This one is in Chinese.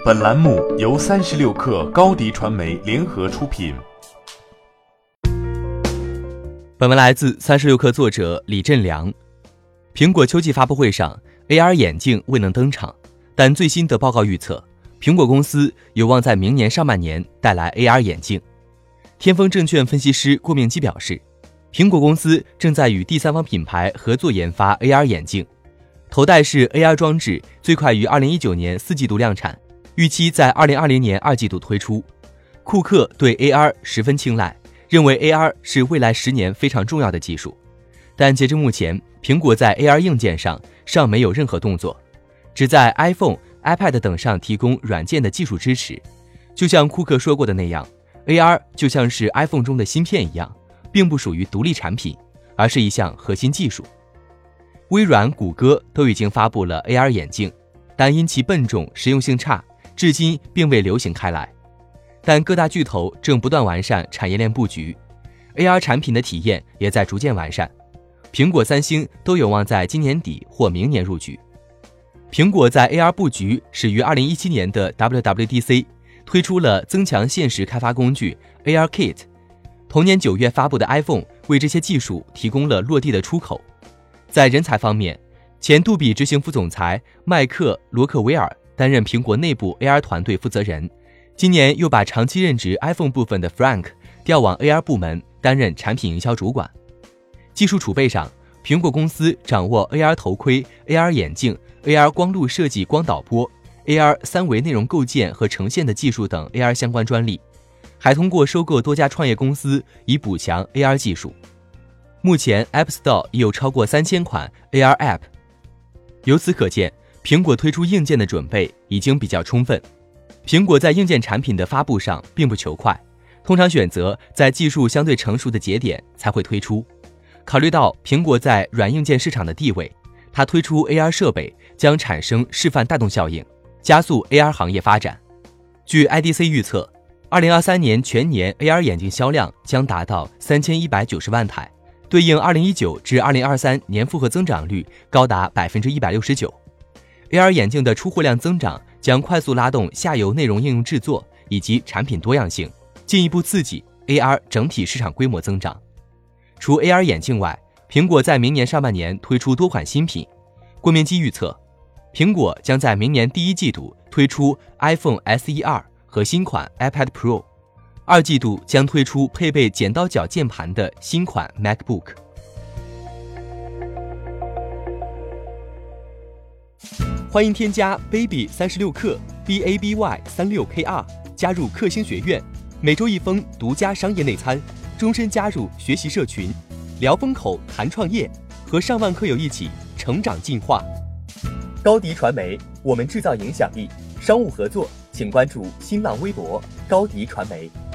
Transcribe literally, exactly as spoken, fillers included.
本栏目由三十六氪高迪传媒联合出品。 本文来自三十六氪作者李振良。苹果秋季发布会上 A R 眼镜未能登场，但最新的报告预测，苹果公司有望在明年上半年带来 A R 眼镜。天风证券分析师郭明基表示，苹果公司正在与第三方品牌合作研发 A R 眼镜，头戴式 A R 装置最快于二零一九年四季度量产，预期在二零二零年二季度推出。库克对 A R 十分青睐，认为 A R 是未来十年非常重要的技术。但截至目前，苹果在 A R 硬件上尚没有任何动作，只在 iPhone、iPad 等上提供软件的技术支持。就像库克说过的那样， A R 就像是 iPhone 中的芯片一样，并不属于独立产品，而是一项核心技术。微软、谷歌都已经发布了 A R 眼镜，但因其笨重、实用性差，至今并未流行开来。但各大巨头正不断完善产业链布局， A R 产品的体验也在逐渐完善。苹果、三星都有望在今年底或明年入局。苹果在 A R 布局始于二零一七年的 W W D C， 推出了增强现实开发工具 A R Kit。 同年九月发布的 iPhone 为这些技术提供了落地的出口。在人才方面，前杜比执行副总裁麦克罗克维尔担任苹果内部 A R 团队负责人，今年又把长期任职 iPhone 部分的 Frank 调往 A R 部门担任产品营销主管。技术储备上，苹果公司掌握 A R 头盔、A R 眼镜、A R 光路设计光导波、A R 三维内容构建和呈现的技术等 A R 相关专利，还通过收购多家创业公司以补强 A R 技术。目前 App Store 已有超过三千款 A R App。 由此可见，苹果推出硬件的准备已经比较充分。苹果在硬件产品的发布上并不求快，通常选择在技术相对成熟的节点才会推出。考虑到苹果在软硬件市场的地位，它推出 A R 设备将产生示范带动效应，加速 A R 行业发展。据 I D C 预测，二零二三年全年 A R 眼镜销量将达到三千一百九十万台，对应二零一九至二零二三年复合增长率高达 百分之一百六十九。 A R 眼镜的出货量增长将快速拉动下游内容应用制作以及产品多样性，进一步刺激 A R 整体市场规模增长。除 A R 眼镜外，苹果在明年上半年推出多款新品。郭明基预测，苹果将在明年第一季度推出 iPhone S E 二和新款 iPad Pro， 二季度将推出配备剪刀脚键盘的新款 MacBook。 欢迎添加 baby 三十六克 B A B Y 三六 K R 加入克星学院，每周一封独家商业内参，终身加入学习社群，聊风口谈创业，和上万课友一起成长进化。高迪传媒，我们制造影响力。商务合作请关注新浪微博高迪传媒。